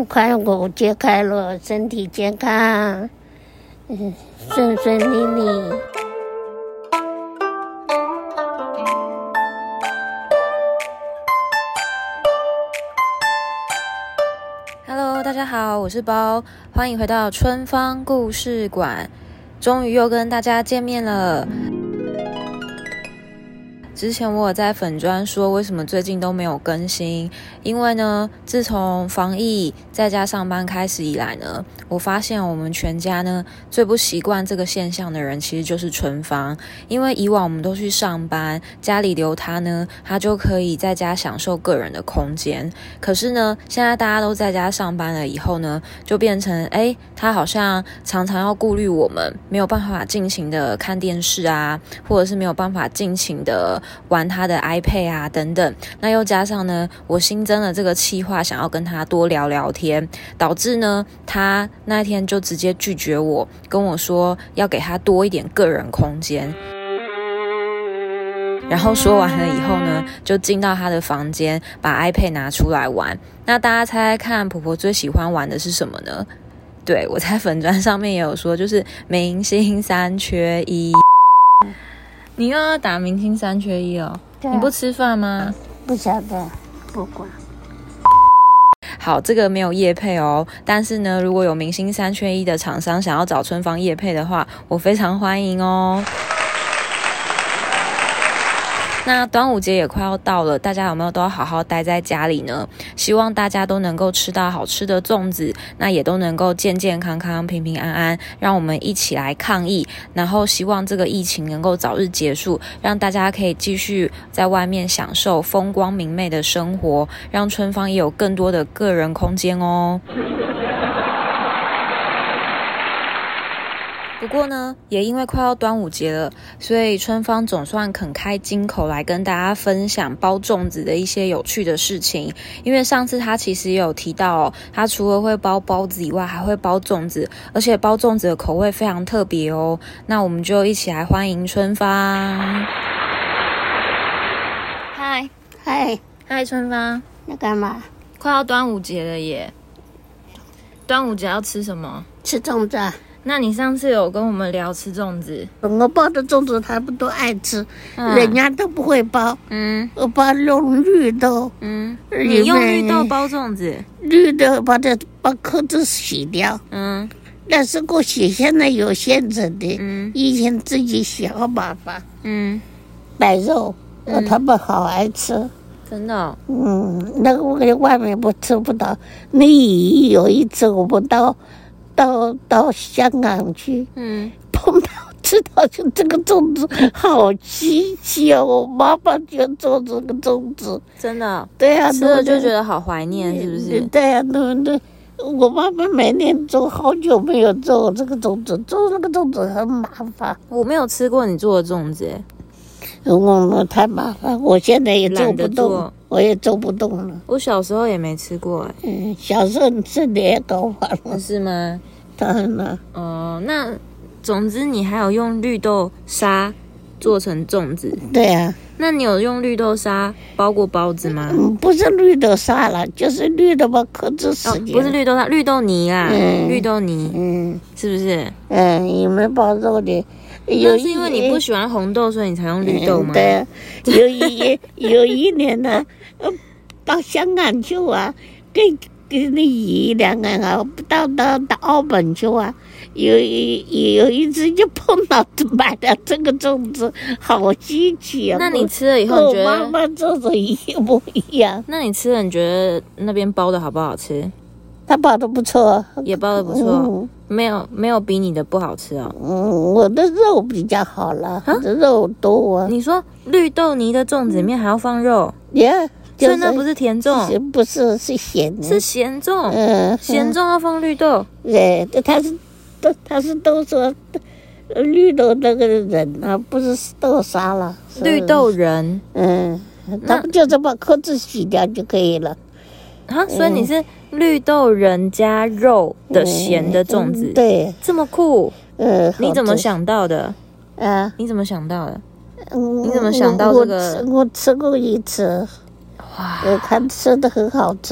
快5节快乐，身体健康，顺顺利利。 Hello， 大家好，我是包，欢迎回到春芳故事馆，终于又跟大家见面了。之前我有在粉专说为什么最近都没有更新，因为呢，自从防疫在家上班开始以来呢，我发现我们全家呢最不习惯这个现象的人其实就是春芳，因为以往我们都去上班，家里留他呢，他就可以在家享受个人的空间。可是呢，现在大家都在家上班了以后呢，就变成他好像常常要顾虑我们，没有办法尽情的看电视啊，或者是没有办法尽情的玩他的 iPad 啊等等，那又加上呢，我新增了这个企划，想要跟他多聊聊天，导致呢，他那天就直接拒绝我，跟我说要给他多一点个人空间。然后说完了以后呢，就进到他的房间，把 iPad 拿出来玩。那大家猜猜看，婆婆最喜欢玩的是什么呢？对，我在粉专上面也有说，就是明星3缺1。你又要打明星3缺1哦？你不吃饭吗？ 不晓得，不管。 好，这个没有业配哦，但是呢，如果有明星3缺1的厂商想要找春芳业配的话，我非常欢迎哦。那端午节也快要到了，大家有没有都好好待在家里呢？希望大家都能够吃到好吃的粽子，那也都能够健健康康、平平安安，让我们一起来抗疫，然后希望这个疫情能够早日结束，让大家可以继续在外面享受风光明媚的生活，让春芳也有更多的个人空间哦。不过呢，也因为快要端午节了，所以春芳总算肯开金口来跟大家分享包粽子的一些有趣的事情。因为上次他其实也有提到他除了会包包子以外，还会包粽子，而且包粽子的口味非常特别哦。那我们就一起来欢迎春芳。嗨，春芳， 你干嘛？ 快要端午节了耶！端午节要吃什么？ 吃粽子啊。 那你上次有跟我们聊吃粽子， 我包的粽子他们都爱吃，人家都不会包。我包用绿豆。 你用绿豆包粽子？ 绿豆把壳子洗掉。但是我洗现在有现成的。以前自己洗好麻烦。白肉，他们好爱吃。 真的哦？ 那个我在外面吃不到。有一次我们到香港去，碰到吃到就这个粽子好稀奇哦！我妈妈就做这个粽子， 真的， 对啊， 吃了就觉得好怀念，是不是？ 对啊，对，我妈妈每年做，好久没有做这个粽子，做那个粽子很麻烦。 我没有吃过你做的粽子， 太麻烦，我现在也做不动，我也做不动了。 我小时候也没吃过小时候吃的也搞反了。 是吗？ 当然了。 那总之你还有用绿豆沙做成粽子？ 对啊。 那你有用绿豆沙包过包子吗？ 不是绿豆沙了，就是绿豆把壳子洗掉。 不是绿豆沙，绿豆泥啦。绿豆泥。是不是？ 有没有包肉的？ 那是因为你不喜欢红豆，所以你才用绿豆吗？ 对啊。有一年呢，到香港去啊，跟那姨两个人到澳门去啊，有一次就碰到买了这个粽子，好稀奇啊！ 那你吃了以后，你觉得我妈妈做的一模一样？ 那你吃了，你觉得那边包的好不好吃？ 他包的不错， 也包的不错，没有比你的不好吃哦。 我的肉比较好了，我的肉多啊。 你说绿豆泥的粽子里面还要放肉 ？Yeah。 所以那不是甜粽？ 不是，是咸的。是咸粽。咸粽要放绿豆。 对，他是都说绿豆那个人啊，不是豆沙了。 绿豆仁。 他们就这把壳子洗掉就可以了。 所以你是绿豆仁加肉的咸的粽子？ 对， 这么酷。你怎么想到的？你怎么想到的？你怎么想到这个？ 我吃过一次。我看吃的很好吃。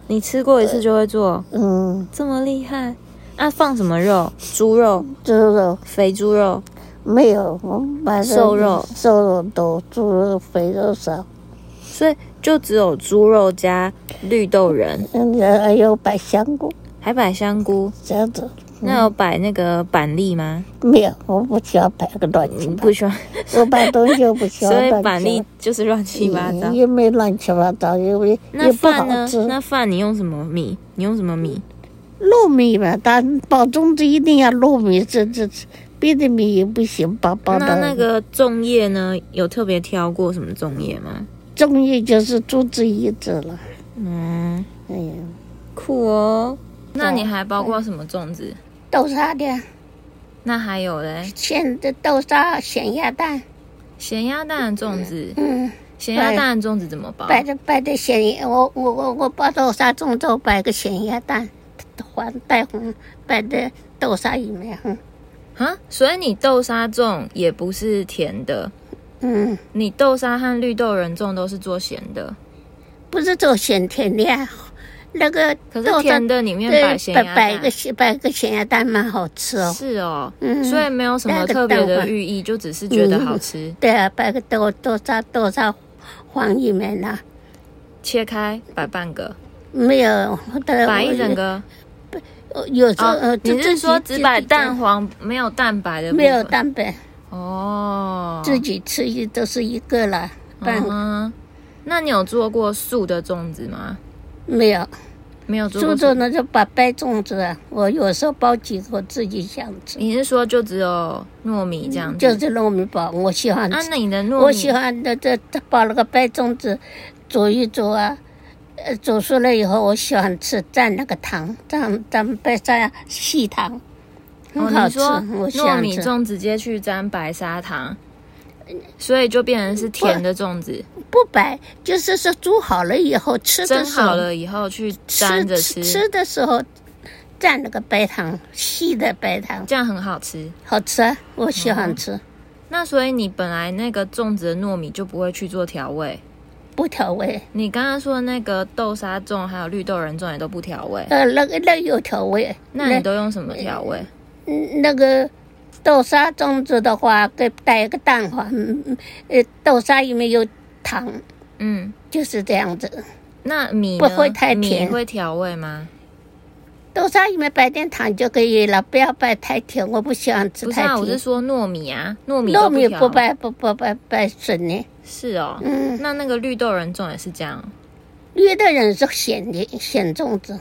你吃过一次就会做？这么厉害？啊，放什么肉？猪肉？ 猪肉？ 肥猪肉？ 没有，我们把瘦肉多，猪肉肥肉少。 所以就只有猪肉加绿豆仁， 还有摆香菇， 还摆香菇这样子。 那有摆那个板栗吗？ 没有，我不喜欢摆个乱七八糟。 不喜欢， 我摆东西我不喜欢。 所以板栗就是乱七八糟， 也没乱七八糟，因为那也不饭呢？ 好吃。 那饭你用什么米？ 糯米嘛，但包粽子一定要糯米，这别的米也不行，包的。 那个粽叶呢？有特别挑过什么粽叶吗？ 粽叶就是竹子叶子了。哎呀， 酷哦！那你还包括什么粽子？ 豆沙的。 那还有嘞？ 咸的豆沙、咸鸭蛋。 咸鸭蛋的粽子。咸鸭蛋的粽子怎么包？ 摆的咸，我包豆沙粽子，摆个咸鸭蛋，带红，摆的豆沙里面。 所以你豆沙粽也不是甜的。你豆沙和绿豆仁粽都是做咸的， 不是做咸甜的呀。那个可是甜的里面摆咸鸭蛋， 摆个咸鸭蛋蛮好吃哦。 是哦，所以没有什么特别的寓意，就只是觉得好吃。 对啊，摆个豆沙黄里面啦， 切开摆半个， 没有摆一整个。 有时候你是说只摆蛋黄没有蛋白的部分？ 没有蛋白哦， 自己吃都是一个啦。 那你有做过素的粽子吗？ 没有做过素粽呢，就把白粽子啊，我有时候包几个自己想吃。 你是说就只有糯米这样子？ 就是糯米包，我喜欢吃。 那你的糯米， 我喜欢的这包了个白粽子，煮一煮啊，煮熟了以后，我喜欢吃蘸那个糖，蘸白砂细糖，很好吃。我喜欢吃糯米粽直接去沾白砂糖，所以就变成是甜的粽子。 不白，就是说煮好了以后吃的时候， 蒸好了以后去沾着吃。 吃的时候蘸那个白糖，细的白糖， 这样很好吃。 好吃啊，我喜欢吃。 那所以你本来那个粽子的糯米就不会去做调味？ 不调味。 你刚刚说的那个豆沙粽还有绿豆仁粽也都不调味？ 那有调味。 那你都用什么调味？ 那个豆沙粽子的话，给带一个蛋黄，豆沙里面有糖，就是这样子。 那米呢？ 不会太甜。 米会调味吗？ 豆沙里面摆点糖就可以了，不要摆太甜，我不喜欢吃太甜。 不是啊，我是说糯米啊，糯米不摆笋呢。 是哦，那个绿豆仁粽也是这样。 绿豆仁是咸粽子。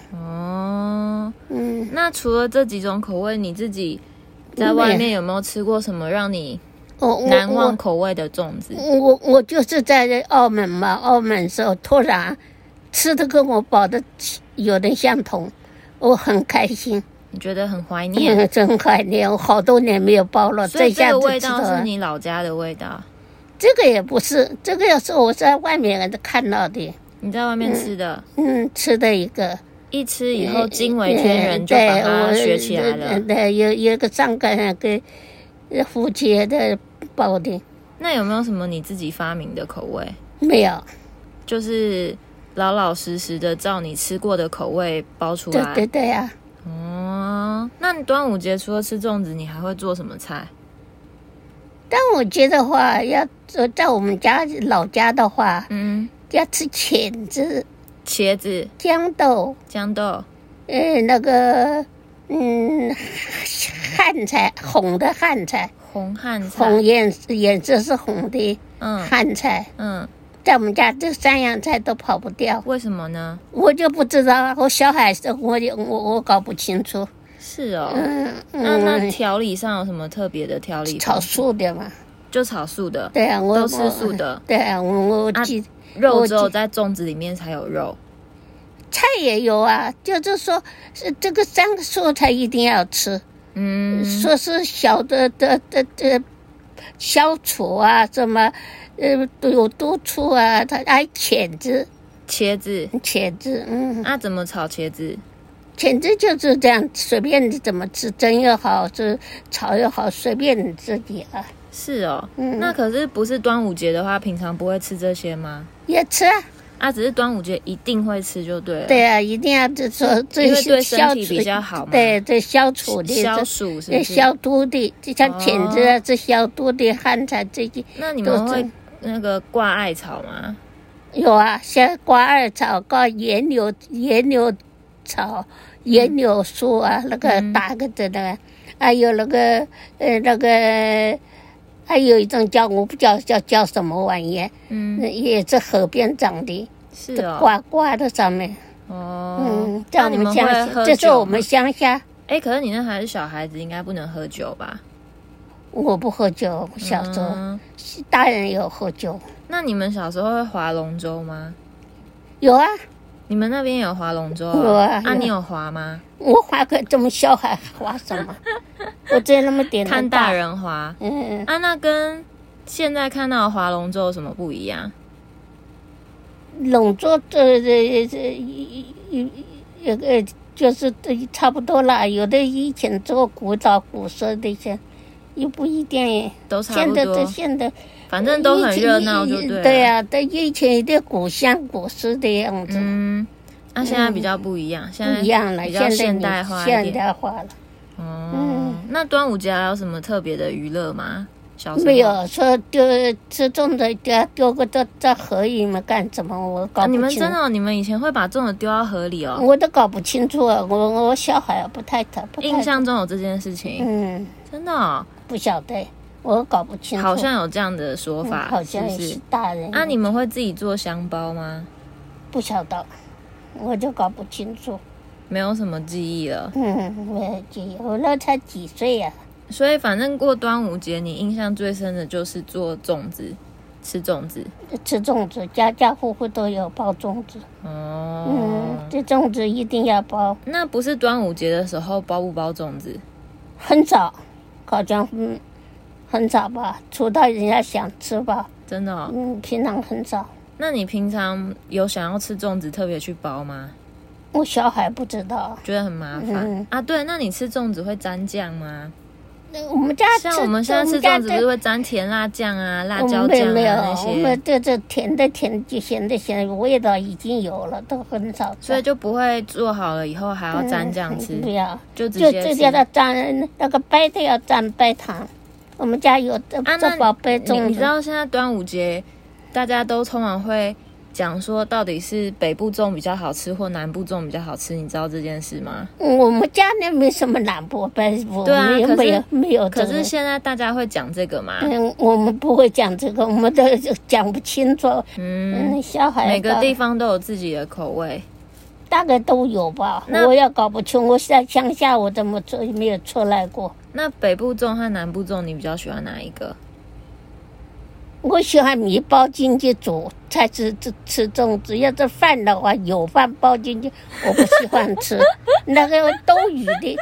那除了这几种口味，你自己在外面有没有吃过什么让你难忘口味的粽子？ 我就是在澳门嘛，澳门时候突然吃的跟我包的有点相同，我很开心。 你觉得很怀念？ 真怀念，我好多年没有包了。 所以这个味道是你老家的味道？ 这个也不是，这个也是我在外面看到的。 你在外面吃的？ 吃的一个。 一吃以后惊为天人，就把它学起来了。 对，有个上个给夫妻的包的。 那有没有什么你自己发明的口味？ 没有， 就是老老实实的照你吃过的口味包出来。 对啊。 那你端午节除了吃粽子，你还会做什么菜？ 端午节的话，要在我们家老家的话，要吃茄子、豇豆，那个汉菜，红的汉菜，红颜色是红的，汉菜，在我们家这三样菜都跑不掉。 为什么呢？ 我就不知道，我小孩子我搞不清楚。 是哦，那调理上有什么特别的调理？ 炒素的嘛， 就炒素的。 对啊， 都吃素的。 对啊，我肉只有在粽子里面才有肉。 菜也有啊，就是说是这个3个蔬菜一定要吃。说是小的小醋啊，什么有督醋啊，它还茄子。 那怎么炒茄子？ 茄子就是这样，随便你怎么吃，蒸又好，是炒又好，随便你自己啊。 是哦，那可是不是端午节的话，平常不会吃这些吗？ 也吃啊。 只是端午节一定会吃就对了。 对啊，一定要这说因为对身体比较好嘛。 对，这消除的， 消暑是不是？ 消毒的，就像钳子啊，这消毒的旱草这些。 那你们会那个挂艾草吗？ 有啊，像挂艾草、挂岩柳草、岩柳树啊，那个大个的那个，还有那个还有一种我不知道叫什么玩意，也是河边长的， 是哦， 挂在上面。 在我们乡下， 这是我们乡下。 可是你那还是小孩子，应该不能喝酒吧？ 我不喝酒，小时候，大人有喝酒。 那你们小时候会划龙舟吗？ 有啊。 你们那边有划龙舟？ 有啊。 你有划吗？ 我划个这么小还划什么？我只有那么点。 看大人划。那跟现在看到的划龙舟有什么不一样？ 龙舟就是差不多啦。有的以前做古色的些，又不一定。 都差不多。 现在反正都很热闹，就对了。 对啊，以前有点古香古色的样子。 现在比较不一样，现在不一样了， 比较现代化一点。 现代化了。 那端午节还有什么特别的娱乐吗？小时候没有说吃粽子丢个在河里面干什么？我搞不清。 你们真的你们以前会把粽子丢到河里哦？ 我都搞不清楚啊，我小孩不太印象中有这件事情。真的哦？ 不晓得，我搞不清楚。 好像有这样的说法， 好像是大人。 你们会自己做香包吗？ 不晓得，我就搞不清楚。 没有什么记忆了。 没有记忆，我那才几岁呀。 所以反正过端午节，你印象最深的就是做粽子，吃粽子。 吃粽子，家家户户都有包粽子。这粽子一定要包。 那不是端午节的时候包不包粽子？ 很少，好像很少吧，除到人家想吃吧。 真的哦？ 平常很少。 那你平常有想要吃粽子特别去包吗？ 我小孩不知道， 觉得很麻烦。对，那你吃粽子会沾酱吗？ 我们家像我们现在吃粽子不是会沾甜辣酱啊、辣椒酱啊那些？ 我们这甜的咸的味道已经有了，都很少。 所以就不会做好了以后还要沾酱吃？ 不要， 就直接吃。 叫他沾那个白的要沾白糖。我们家有这宝贝粽子。 你知道现在端午节大家都通常会讲说到底是北部粽比较好吃或南部粽比较好吃，你知道这件事吗？ 我们家那没什么南部北部。 对啊， 没有。 可是现在大家会讲这个吗？ 我们不会讲这个，我们都讲不清楚。小孩每个地方都有自己的口味， 大概都有吧。我也搞不清，我在乡下我怎么做没有出来过。 那北部粽和南部粽你比较喜欢哪一个？ 我喜欢米包进去煮才吃粽子，要是饭的话，有饭包进去我不喜欢吃。那个兜鱼的，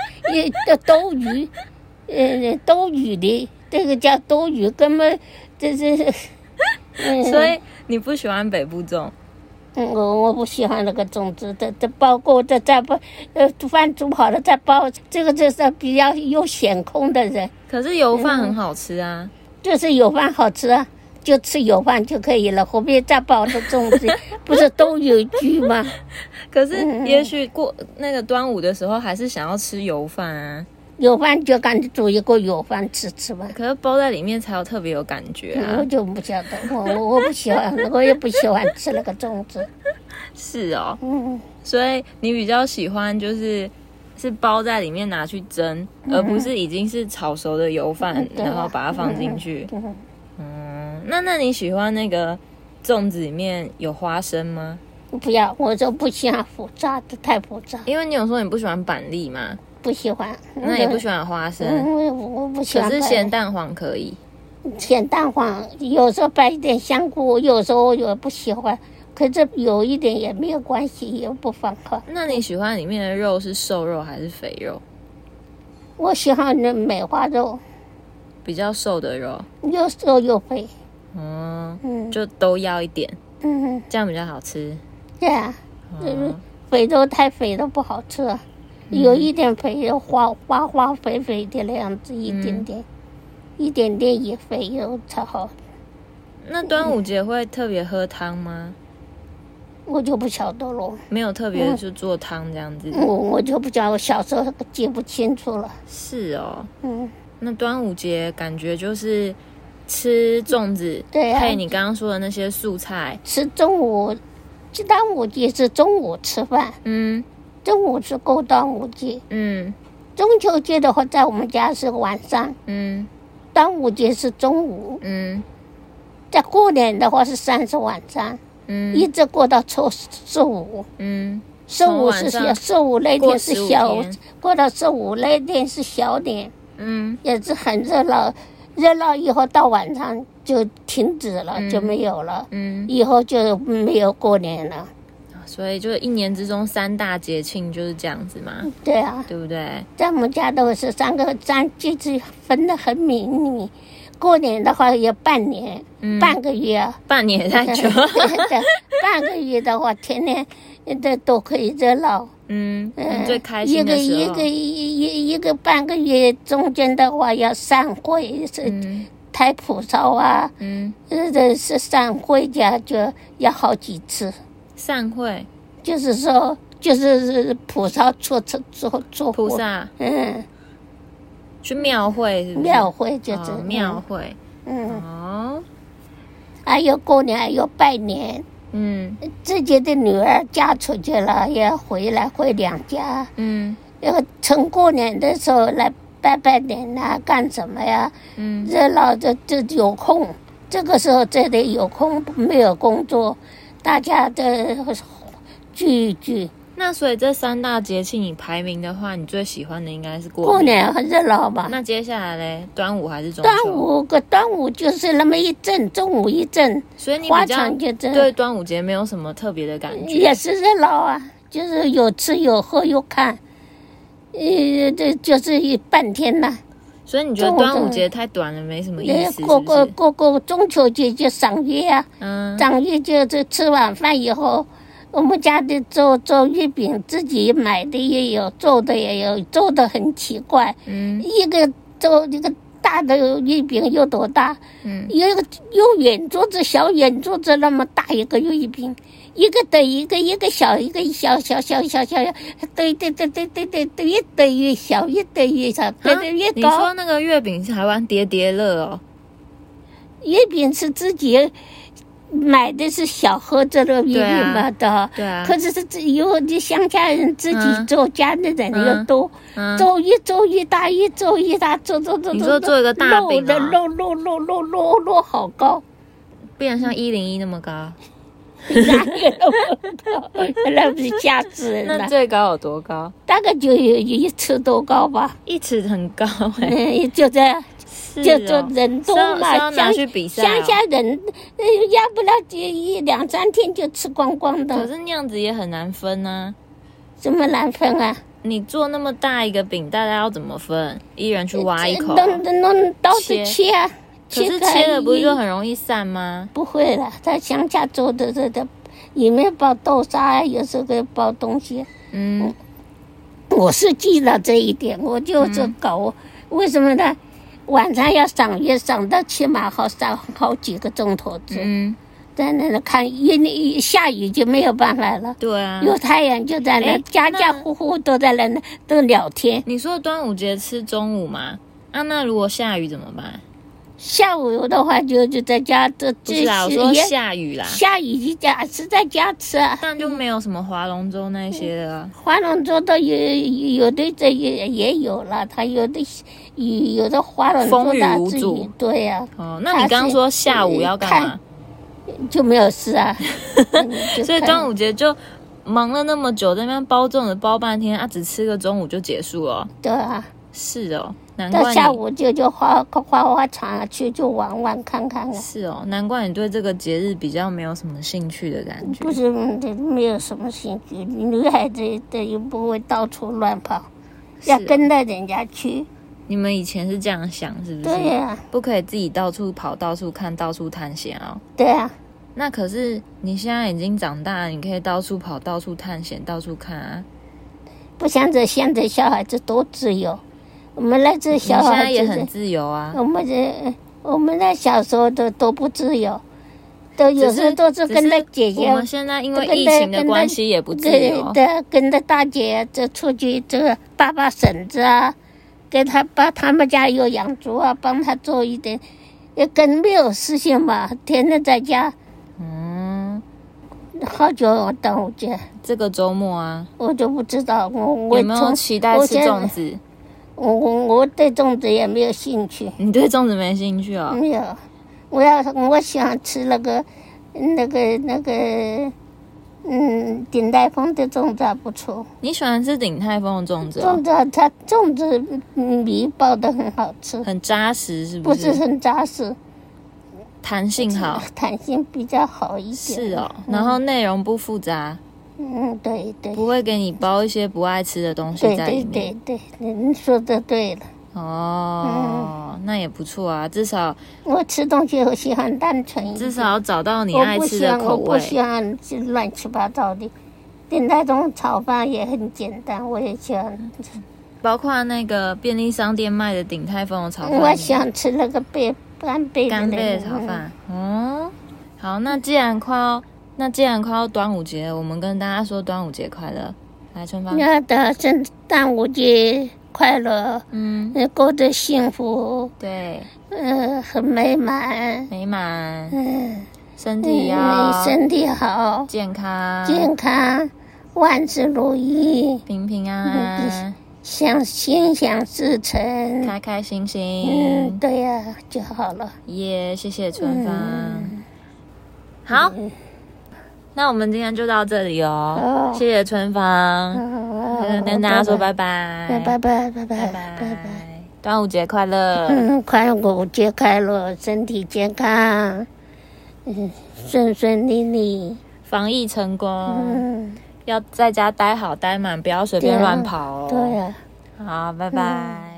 兜鱼的，这个叫兜鱼，根本这是。 所以你不喜欢北部粽？ 我不喜欢那个粽子的，包过的再包，饭煮好了再包，这个就是比较有显空的人。 可是油饭很好吃啊。 就是油饭好吃啊。就吃油饭就可以了，何必再包的粽子？不是都有句吗？ 可是也许过那个端午的时候，还是想要吃油饭啊。 油饭就干脆煮一个油饭吃吧。 可是包在里面才有特别有感觉啊。 我就不晓得，我不喜欢，我也不喜欢吃那个粽子。 是哦。所以你比较喜欢是包在里面拿去蒸，而不是已经是炒熟的油饭，然后把它放进去。那你喜欢那个粽子里面有花生吗？ 不要，我就不喜欢复杂的，太复杂。 因为你有说你不喜欢板栗嘛？ 不喜欢。 那也不喜欢花生？ 我不喜欢。 可是咸蛋黄可以。 咸蛋黄有时候摆一点香菇，有时候我也不喜欢，可是有一点也没有关系，也不妨好。 那你喜欢里面的肉是瘦肉还是肥肉？ 我喜欢那梅花肉。比较瘦的肉。 又瘦又肥。 就都要一点，这样比较好吃。 对啊，肥肉太肥都不好吃，有一点肥肉花肥肥的那样子，一点点也肥肉才好。 那端午节会特别喝汤吗？ 我就不晓得了。 没有特别去做汤这样子。 我就不晓得，我小时候记不清楚了。 是哦。那端午节感觉就是吃粽子， 对啊， 配你刚刚说的那些素菜。 吃中午，端午节是中午吃饭。中午是过端午节。中秋节的话，在我们家是晚上。端午节是中午。在过年的话是30晚上。一直过到15。15是15那天是小，过到15那天是小年。也是很热闹，热闹以后到晚上就停止了，就没有了。以后就没有过年了。 所以就一年之中3大节庆就是这样子嘛。 对啊， 对不对？ 在我们家都是3节气分得很明明。过年的话有半年，半个月。 半年也太久。 半个月的话，天天都可以热闹。 最开心的时候。 一个半个月中间的话要散会，是抬蒲烧啊。是散会家就要好几次。 散会就是说，就是蒲烧做菩萨。去庙会是不是？ 庙会就是庙会。 还有过年，还有拜年。自己的女儿嫁出去了，也回来回娘家。要趁过年的时候来拜年啊，干什么呀？热闹的就有空，这个时候这里有空，没有工作，大家都聚一聚。 那所以这3大节庆你排名的话，你最喜欢的应该是过年。 过年很热闹吧？ 那接下来嘞，端午还是中秋？ 端午就是那么一阵，中午一阵， 所以你比较对端午节没有什么特别的感觉。 也是热闹啊，就是有吃有喝有看，这就是半天了。 所以你觉得端午节太短了，没什么意思？ 过中秋节就赏月啊。赏月就是吃晚饭以后。我们家的做月饼，自己买的也有，做的也有，做的很奇怪。一个做一个大的月饼有多大？有一个有圆桌子，小圆桌子那么大一个月饼，一个对一个，一个小一个小，对，越对越小，越对越小，对得越高。 你说那个月饼是台湾叠叠乐哦？ 月饼是自己。买的是小盒子的月饼嘛的， 对啊。 可是有的乡下人自己做，家的人又多，做越做越大，越做越大，做。 你说做一个大饼啊？ 摞好高， 变成像101那么高？ 哪有那么高？那不是吓死人了。 那最高有多高？ 大概就有1尺多高吧。 1尺很高就这样。就人多嘛， 乡下人要不了2-3天就吃光光的。 可是那样子也很难分啊。 怎么难分啊？ 你做那么大一个饼，大家要怎么分？一人去挖一口？ 弄刀子切啊。 可是切了不是就很容易散吗？ 不会了，在乡下做的里面包豆沙，有时候包东西。我是记得这一点，我就是搞。为什么呢？晚上要赏月，赏到起码赏好几个钟头子。在那看，下雨就没有办法了。 对啊， 有太阳就在那，家户户都在那都聊天。 你说端午节吃中午吗？那如果下雨怎么办？ 下午的话就在家不是啦，我说下雨啦。 下雨是在家吃啊。 但就没有什么划龙舟那些了。 划龙舟的有的也有了，他有的划龙舟风雨无阻。 对呀。 那你刚刚说下午要干嘛？ 就没有事啊。 所以端午节就忙了那么久，在那边包粽子包半天只吃个中午就结束了。 对啊。 是哦。难怪到下午就花场去就玩看看了。 是哦，难怪你对这个节日比较没有什么兴趣的感觉。 不是，没有什么兴趣。女孩子又不会到处乱跑，要跟着人家去。 你们以前是这样想是不是？ 对呀。 不可以自己到处跑、到处看、到处探险哦。 对啊。 那可是你现在已经长大了，你可以到处跑、到处探险、到处看啊。 不像现在小孩子多自由。我们那这小孩子现在也很自由啊。 我们那小时候都不自由， 都有时候都是跟着姐姐。 我们现在因为疫情的关系也不自由。 对，跟着大姐这出去，这个爸爸婶子啊，给他把他们家有养猪啊，帮他做一点，也跟没有事情嘛，天天在家。好久端午节。 这个周末啊， 我就不知道，我有没有期待吃粽子？ 我对粽子也没有兴趣。 你对粽子没兴趣哦？ 没有，我喜欢吃那个，鼎泰丰的粽子还不错。 你喜欢吃鼎泰丰的粽子？ 粽子米包的很好吃， 很扎实，是不是？ 不是很扎实， 弹性好， 弹性比较好一点。 是哦，然后内容不复杂。 对， 不会给你包一些不爱吃的东西在里面。 对，你说的对了。 那也不错啊，至少我吃东西我喜欢单纯一点， 至少找到你爱吃的口味。 我不喜欢乱七八糟的。鼎泰丰炒饭也很简单，我也喜欢。 包括那个便利商店卖的鼎泰丰的炒饭， 我喜欢吃那个干贝的炒饭。好，那既然快要端午节了，我们跟大家说端午节快乐。来，春芳。端午节快乐，过得幸福， 对， 很美满， 身体好， 健康， 万事如意， 平平安安， 心想事成， 开开心心， 对呀，就好了。 谢谢春芳。好。那我们今天就到这里哦，谢谢春芳，跟大家说拜拜， 拜拜， 端午节快乐， 端午节快乐，身体健康，顺利利， 防疫成功，要在家待好待满，不要随便乱跑哦。 对呀， 好，拜拜。